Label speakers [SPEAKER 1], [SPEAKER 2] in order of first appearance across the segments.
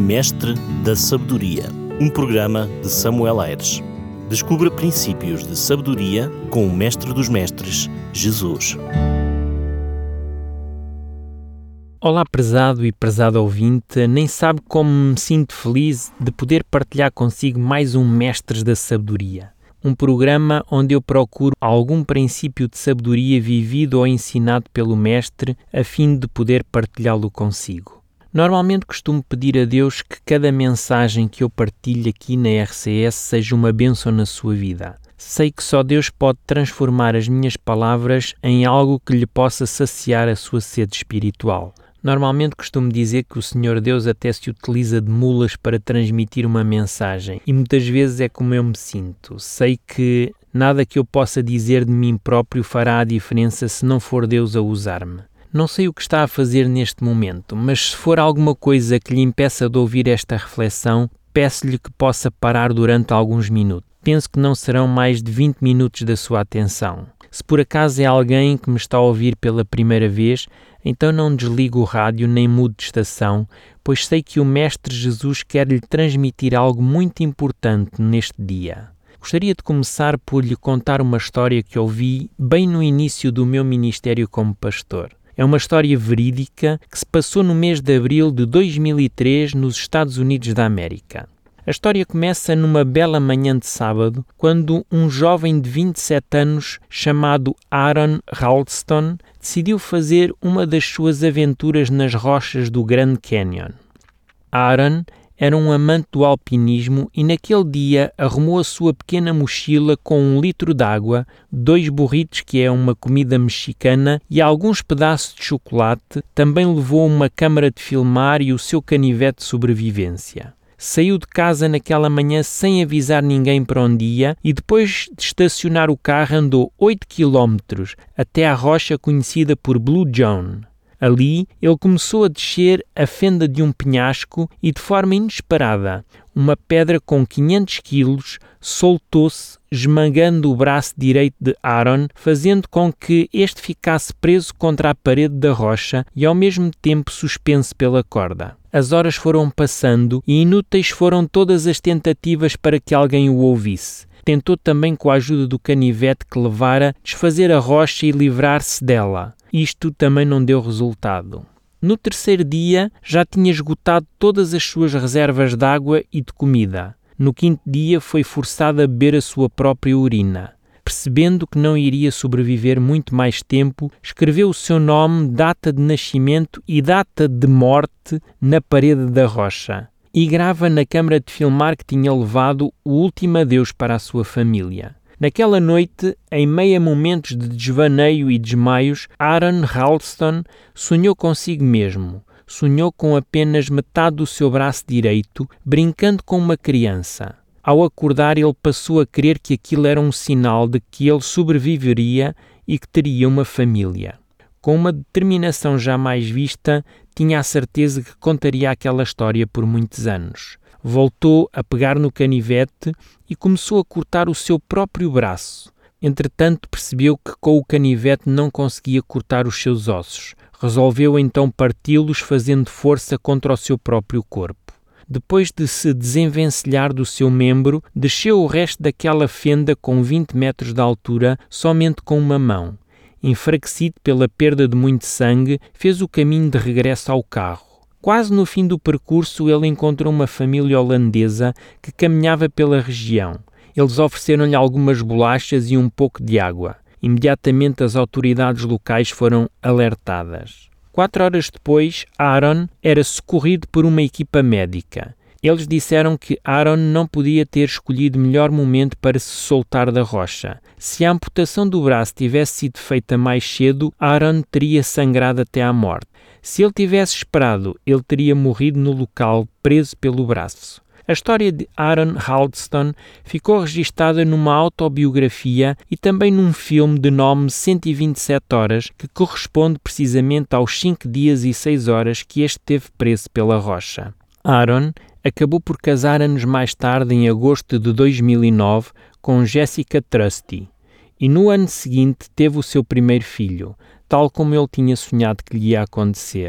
[SPEAKER 1] Mestre da Sabedoria, um programa de Samuel Aires. Descubra princípios de sabedoria com o Mestre dos Mestres, Jesus.
[SPEAKER 2] Olá, prezado e prezado ouvinte, nem sabe como me sinto feliz de poder partilhar consigo mais um Mestres da Sabedoria. Um programa onde eu procuro algum princípio de sabedoria vivido ou ensinado pelo Mestre a fim de poder partilhá-lo consigo. Normalmente costumo pedir a Deus que cada mensagem que eu partilhe aqui na RCS seja uma bênção na sua vida. Sei que só Deus pode transformar as minhas palavras em algo que lhe possa saciar a sua sede espiritual. Normalmente costumo dizer que o Senhor Deus até se utiliza de mulas para transmitir uma mensagem e muitas vezes é como eu me sinto. Sei que nada que eu possa dizer de mim próprio fará a diferença se não for Deus a usar-me. Não sei o que está a fazer neste momento, mas se for alguma coisa que lhe impeça de ouvir esta reflexão, peço-lhe que possa parar durante alguns minutos. Penso que não serão mais de 20 minutos da sua atenção. Se por acaso é alguém que me está a ouvir pela primeira vez, então não desligue o rádio nem mude de estação, pois sei que o Mestre Jesus quer lhe transmitir algo muito importante neste dia. Gostaria de começar por lhe contar uma história que ouvi bem no início do meu ministério como pastor. É uma história verídica que se passou no mês de abril de 2003 nos Estados Unidos da América. A história começa numa bela manhã de sábado, quando um jovem de 27 anos chamado Aaron Ralston decidiu fazer uma das suas aventuras nas rochas do Grand Canyon. Aaron era um amante do alpinismo e naquele dia arrumou a sua pequena mochila com 1 litro de água, 2 burritos, que é uma comida mexicana, e alguns pedaços de chocolate. Também levou uma câmara de filmar e o seu canivete de sobrevivência. Saiu de casa naquela manhã sem avisar ninguém para onde ia e depois de estacionar o carro andou 8 km até à rocha conhecida por Blue John. Ali, ele começou a descer a fenda de um penhasco e, de forma inesperada, uma pedra com 500 quilos soltou-se, esmagando o braço direito de Aaron, fazendo com que este ficasse preso contra a parede da rocha e, ao mesmo tempo, suspenso pela corda. As horas foram passando e inúteis foram todas as tentativas para que alguém o ouvisse. Tentou também, com a ajuda do canivete que levara, desfazer a rocha e livrar-se dela. Isto também não deu resultado. No 3º dia, já tinha esgotado todas as suas reservas de água e de comida. No 5º dia, foi forçado a beber a sua própria urina. Percebendo que não iria sobreviver muito mais tempo, escreveu o seu nome, data de nascimento e data de morte na parede da rocha. E grava na câmara de filmar que tinha levado o último adeus para a sua família. Naquela noite, em meio a momentos de desvaneio e desmaios, Aaron Ralston sonhou consigo mesmo. Sonhou com apenas metade do seu braço direito, brincando com uma criança. Ao acordar, ele passou a crer que aquilo era um sinal de que ele sobreviveria e que teria uma família. Com uma determinação jamais vista, tinha a certeza que contaria aquela história por muitos anos. Voltou a pegar no canivete e começou a cortar o seu próprio braço. Entretanto, percebeu que com o canivete não conseguia cortar os seus ossos. Resolveu então parti-los fazendo força contra o seu próprio corpo. Depois de se desenvencilhar do seu membro, desceu o resto daquela fenda com 20 metros de altura somente com uma mão. Enfraquecido pela perda de muito sangue, fez o caminho de regresso ao carro. Quase no fim do percurso, ele encontrou uma família holandesa que caminhava pela região. Eles ofereceram-lhe algumas bolachas e um pouco de água. Imediatamente as autoridades locais foram alertadas. 4 horas depois, Aaron era socorrido por uma equipa médica. Eles disseram que Aaron não podia ter escolhido melhor momento para se soltar da rocha. Se a amputação do braço tivesse sido feita mais cedo, Aaron teria sangrado até à morte. Se ele tivesse esperado, ele teria morrido no local, preso pelo braço. A história de Aaron Ralston ficou registada numa autobiografia e também num filme de nome 127 horas, que corresponde precisamente aos 5 dias e 6 horas que este teve preso pela rocha. Aaron acabou por casar anos mais tarde, em agosto de 2009, com Jessica Trusty. E no ano seguinte teve o seu primeiro filho, tal como ele tinha sonhado que lhe ia acontecer.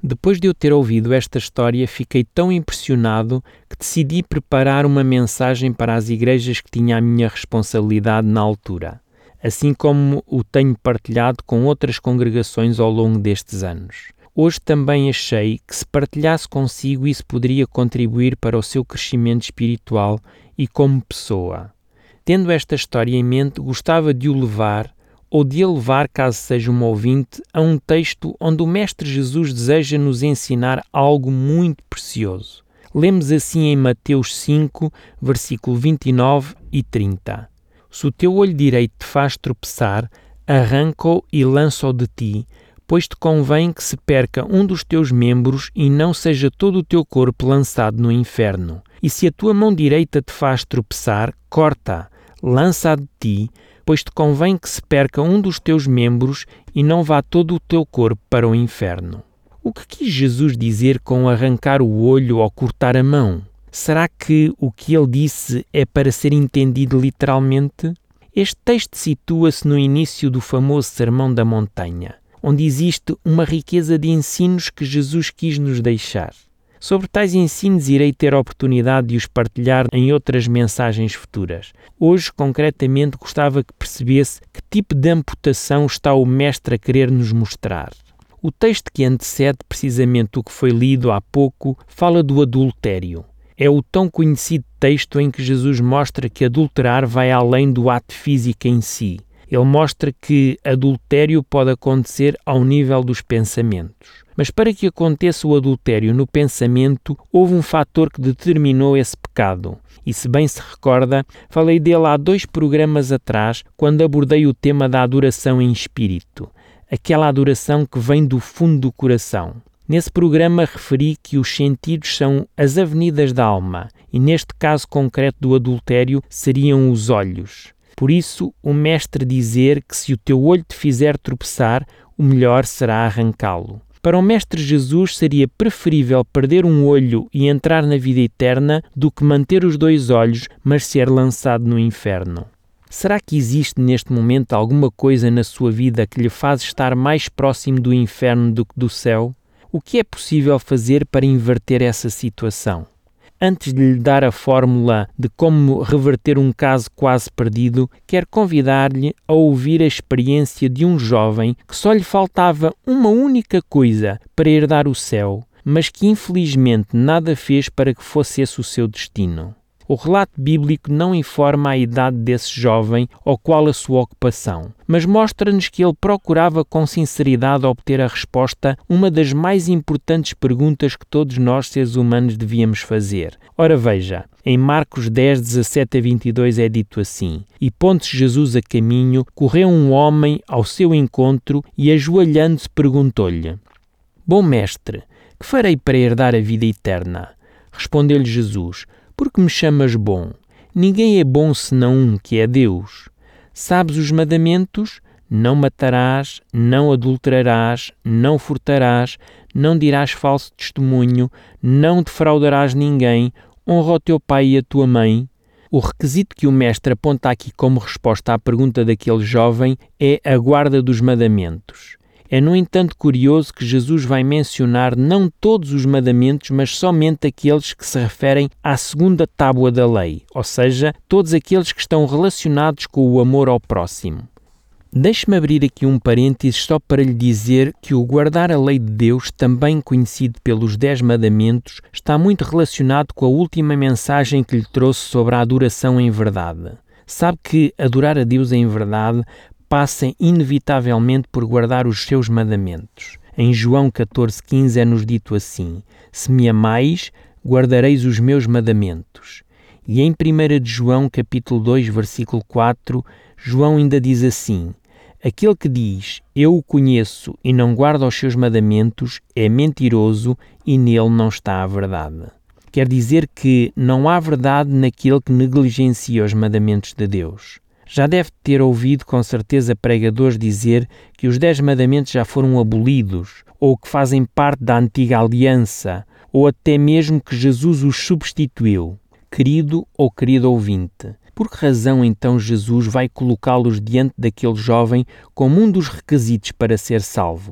[SPEAKER 2] Depois de eu ter ouvido esta história, fiquei tão impressionado que decidi preparar uma mensagem para as igrejas que tinha a minha responsabilidade na altura, assim como o tenho partilhado com outras congregações ao longo destes anos. Hoje também achei que se partilhasse consigo isso poderia contribuir para o seu crescimento espiritual e como pessoa. Tendo esta história em mente, gostava de o levar, ou de a levar, caso seja um ouvinte, a um texto onde o Mestre Jesus deseja nos ensinar algo muito precioso. Lemos assim em Mateus 5, versículo 29 e 30. Se o teu olho direito te faz tropeçar, arranca-o e lança-o de ti, pois te convém que se perca um dos teus membros e não seja todo o teu corpo lançado no inferno. E se a tua mão direita te faz tropeçar, corta-a, lança-a de ti, pois te convém que se perca um dos teus membros e não vá todo o teu corpo para o inferno. O que quis Jesus dizer com arrancar o olho ou cortar a mão? Será que o que ele disse é para ser entendido literalmente? Este texto situa-se no início do famoso Sermão da Montanha, onde existe uma riqueza de ensinos que Jesus quis nos deixar. Sobre tais ensinos irei ter a oportunidade de os partilhar em outras mensagens futuras. Hoje, concretamente, gostava que percebesse que tipo de amputação está o Mestre a querer nos mostrar. O texto que antecede precisamente o que foi lido há pouco fala do adultério. É o tão conhecido texto em que Jesus mostra que adulterar vai além do ato físico em si. Ele mostra que adultério pode acontecer ao nível dos pensamentos. Mas para que aconteça o adultério no pensamento, houve um fator que determinou esse pecado. E se bem se recorda, falei dele há 2 programas atrás, quando abordei o tema da adoração em espírito. Aquela adoração que vem do fundo do coração. Nesse programa referi que os sentidos são as avenidas da alma, e neste caso concreto do adultério seriam os olhos. Por isso, o Mestre dizer que se o teu olho te fizer tropeçar, o melhor será arrancá-lo. Para o Mestre Jesus seria preferível perder um olho e entrar na vida eterna do que manter os 2 olhos, mas ser lançado no inferno. Será que existe neste momento alguma coisa na sua vida que lhe faz estar mais próximo do inferno do que do céu? O que é possível fazer para inverter essa situação? Antes de lhe dar a fórmula de como reverter um caso quase perdido, quero convidar-lhe a ouvir a experiência de um jovem que só lhe faltava uma única coisa para herdar o céu, mas que infelizmente nada fez para que fosse esse o seu destino. O relato bíblico não informa a idade desse jovem ou qual a sua ocupação, mas mostra-nos que ele procurava com sinceridade obter a resposta a uma das mais importantes perguntas que todos nós, seres humanos, devíamos fazer. Ora veja, em Marcos 10, 17 a 22 é dito assim: E pondo-se Jesus a caminho, correu um homem ao seu encontro e, ajoelhando-se, perguntou-lhe: Bom mestre, que farei para herdar a vida eterna? Respondeu-lhe Jesus: Por que me chamas bom? Ninguém é bom senão um, que é Deus. Sabes os mandamentos? Não matarás, não adulterarás, não furtarás, não dirás falso testemunho, não defraudarás ninguém, honra o teu pai e a tua mãe. O requisito que o Mestre aponta aqui como resposta à pergunta daquele jovem é a guarda dos mandamentos. É, no entanto, curioso que Jesus vai mencionar não todos os mandamentos, mas somente aqueles que se referem à segunda tábua da lei, ou seja, todos aqueles que estão relacionados com o amor ao próximo. Deixe-me abrir aqui um parênteses só para lhe dizer que o guardar a lei de Deus, também conhecido pelos 10 mandamentos, está muito relacionado com a última mensagem que lhe trouxe sobre a adoração em verdade. Sabe que adorar a Deus em verdade passa inevitavelmente por guardar os seus mandamentos. Em João 14,15 é-nos dito assim: Se me amais, guardareis os meus mandamentos. E em 1 João capítulo 2, versículo 4, João ainda diz assim: Aquele que diz, eu o conheço e não guarda os seus mandamentos, é mentiroso e nele não está a verdade. Quer dizer que não há verdade naquele que negligencia os mandamentos de Deus. Já deve ter ouvido com certeza pregadores dizer que os 10 mandamentos já foram abolidos, ou que fazem parte da antiga aliança, ou até mesmo que Jesus os substituiu. Querido ou querido ouvinte, por que razão então Jesus vai colocá-los diante daquele jovem como um dos requisitos para ser salvo?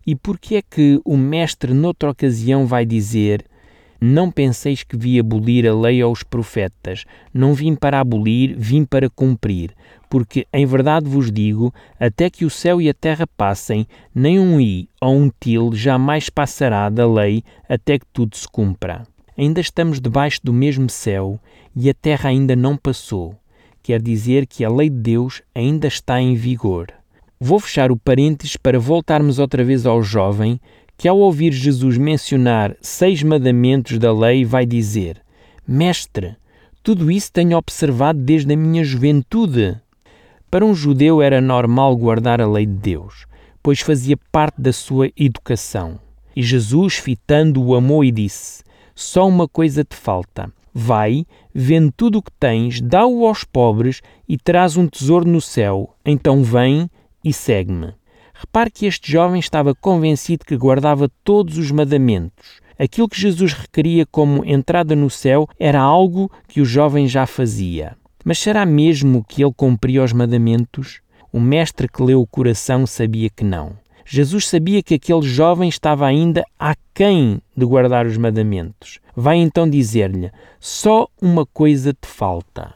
[SPEAKER 2] E por que é que o mestre, noutra ocasião, vai dizer: não penseis que vi abolir a lei ou os profetas. Não vim para abolir, vim para cumprir. Porque, em verdade vos digo, até que o céu e a terra passem, nem um i ou um til jamais passará da lei até que tudo se cumpra. Ainda estamos debaixo do mesmo céu e a terra ainda não passou. Quer dizer que a lei de Deus ainda está em vigor. Vou fechar o parênteses para voltarmos outra vez ao jovem, que ao ouvir Jesus mencionar 6 mandamentos da lei vai dizer: Mestre, tudo isso tenho observado desde a minha juventude. Para um judeu era normal guardar a lei de Deus, pois fazia parte da sua educação. E Jesus, fitando-o, amou e disse: só uma coisa te falta. Vai, vende tudo o que tens, dá-o aos pobres e terás um tesouro no céu. Então vem e segue-me. Repare que este jovem estava convencido que guardava todos os mandamentos. Aquilo que Jesus requeria como entrada no céu era algo que o jovem já fazia. Mas será mesmo que ele cumpria os mandamentos? O mestre que leu o coração sabia que não. Jesus sabia que aquele jovem estava ainda aquém de guardar os mandamentos. Vai então dizer-lhe: só uma coisa te falta.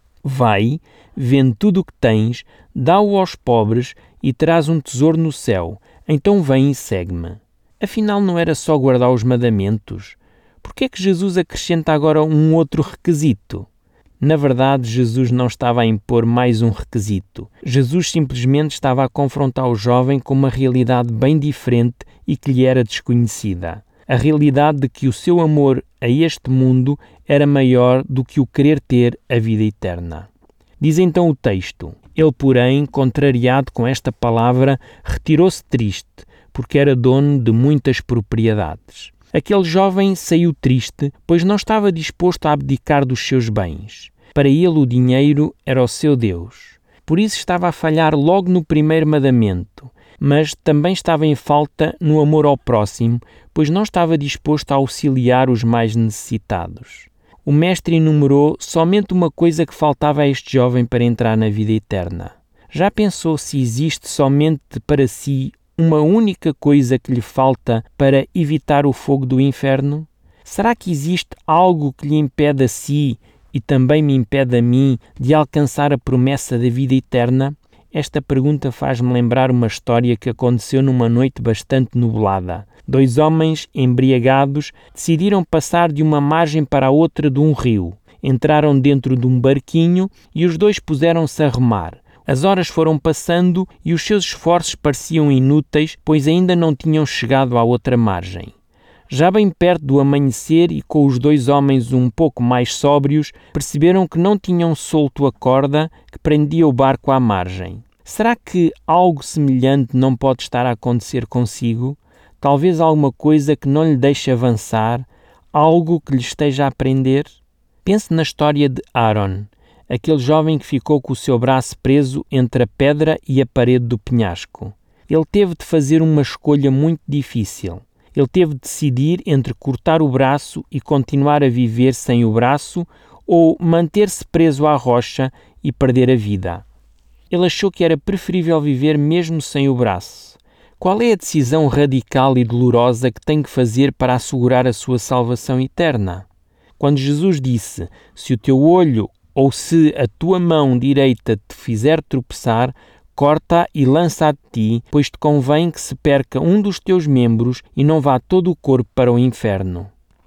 [SPEAKER 2] Vai, vende tudo o que tens, dá-o aos pobres e terás um tesouro no céu. Então vem e segue-me. Afinal, não era só guardar os mandamentos. Por que é que Jesus acrescenta agora um outro requisito? Na verdade, Jesus não estava a impor mais um requisito. Jesus simplesmente estava a confrontar o jovem com uma realidade bem diferente e que lhe era desconhecida. A realidade de que o seu amor a este mundo era maior do que o querer ter a vida eterna. Diz então o texto: ele, porém, contrariado com esta palavra, retirou-se triste, porque era dono de muitas propriedades. Aquele jovem saiu triste, pois não estava disposto a abdicar dos seus bens. Para ele o dinheiro era o seu Deus. Por isso estava a falhar logo no primeiro mandamento, mas também estava em falta no amor ao próximo, pois não estava disposto a auxiliar os mais necessitados. O mestre enumerou somente uma coisa que faltava a este jovem para entrar na vida eterna. Já pensou se existe somente para si uma única coisa que lhe falta para evitar o fogo do inferno? Será que existe algo que lhe impede a si e também me impede a mim de alcançar a promessa da vida eterna? Esta pergunta faz-me lembrar uma história que aconteceu numa noite bastante nublada. 2 homens embriagados decidiram passar de uma margem para a outra de um rio. Entraram dentro de um barquinho e os 2 puseram-se a remar. As horas foram passando e os seus esforços pareciam inúteis, pois ainda não tinham chegado à outra margem. Já bem perto do amanhecer e com os 2 homens um pouco mais sóbrios, perceberam que não tinham solto a corda que prendia o barco à margem. Será que algo semelhante não pode estar a acontecer consigo? Talvez alguma coisa que não lhe deixe avançar, algo que lhe esteja a prender? Pense na história de Aaron, aquele jovem que ficou com o seu braço preso entre a pedra e a parede do penhasco. Ele teve de fazer uma escolha muito difícil. Ele teve de decidir entre cortar o braço e continuar a viver sem o braço ou manter-se preso à rocha e perder a vida. Ele achou que era preferível viver mesmo sem o braço. Qual é a decisão radical e dolorosa que tem que fazer para assegurar a sua salvação eterna? Quando Jesus disse: se o teu olho ou se a tua mão direita te fizer tropeçar, corta e lança-a de ti, pois te convém que se perca um dos teus membros e não vá todo o corpo para o inferno.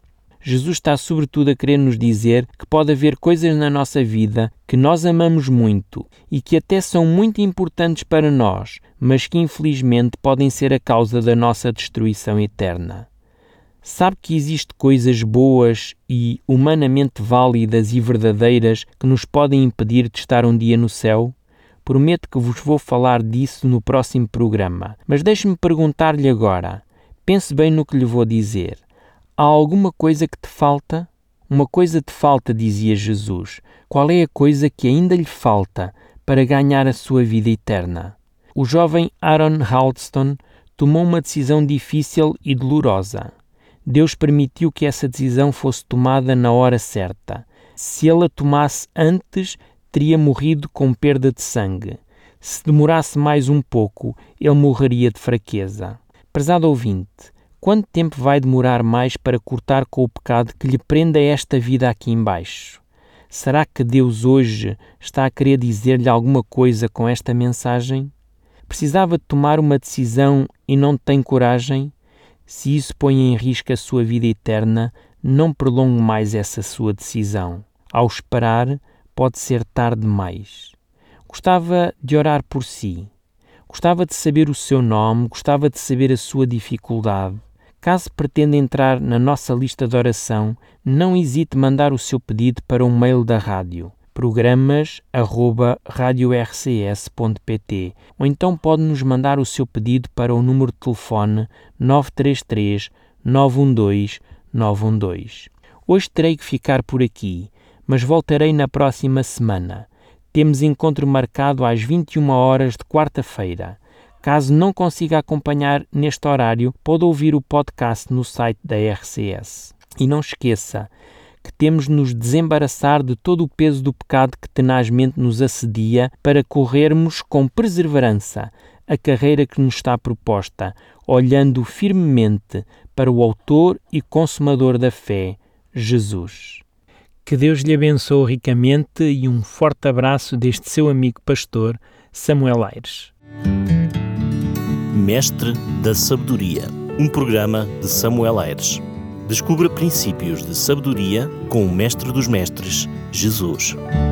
[SPEAKER 2] Jesus está sobretudo a querer nos dizer que pode haver coisas na nossa vida que nós amamos muito e que até são muito importantes para nós, mas que infelizmente podem ser a causa da nossa destruição eterna. Sabe que existem coisas boas e humanamente válidas e verdadeiras que nos podem impedir de estar um dia no céu? Prometo que vos vou falar disso no próximo programa, mas deixe-me perguntar-lhe agora. Pense bem no que lhe vou dizer. Há alguma coisa que te falta? Uma coisa te falta, dizia Jesus. Qual é a coisa que ainda lhe falta para ganhar a sua vida eterna? O jovem Aaron Ralston tomou uma decisão difícil e dolorosa. Deus permitiu que essa decisão fosse tomada na hora certa. Se ele a tomasse antes, teria morrido com perda de sangue. Se demorasse mais um pouco, ele morreria de fraqueza. Prezado ouvinte, quanto tempo vai demorar mais para cortar com o pecado que lhe prenda esta vida aqui embaixo? Será que Deus hoje está a querer dizer-lhe alguma coisa com esta mensagem? Precisava de tomar uma decisão e não tem coragem? Se isso põe em risco a sua vida eterna, não prolongue mais essa sua decisão. Ao esperar, pode ser tarde demais. Gostava de orar por si. Gostava de saber o seu nome, gostava de saber a sua dificuldade. Caso pretenda entrar na nossa lista de oração, não hesite em mandar o seu pedido para o mail da rádio, programas@radiorcs.pt, ou então pode nos mandar o seu pedido para o número de telefone 933 912 912. Hoje terei que ficar por aqui, mas voltarei na próxima semana. Temos encontro marcado às 21 horas de quarta-feira. Caso não consiga acompanhar neste horário, pode ouvir o podcast no site da RCS. E não esqueça que temos de nos desembaraçar de todo o peso do pecado que tenazmente nos assedia para corrermos com perseverança a carreira que nos está proposta, olhando firmemente para o autor e consumador da fé, Jesus. Que Deus lhe abençoe ricamente e um forte abraço deste seu amigo pastor, Samuel Aires.
[SPEAKER 1] Mestre da Sabedoria, um programa de Samuel Aires. Descubra princípios de sabedoria com o Mestre dos Mestres, Jesus.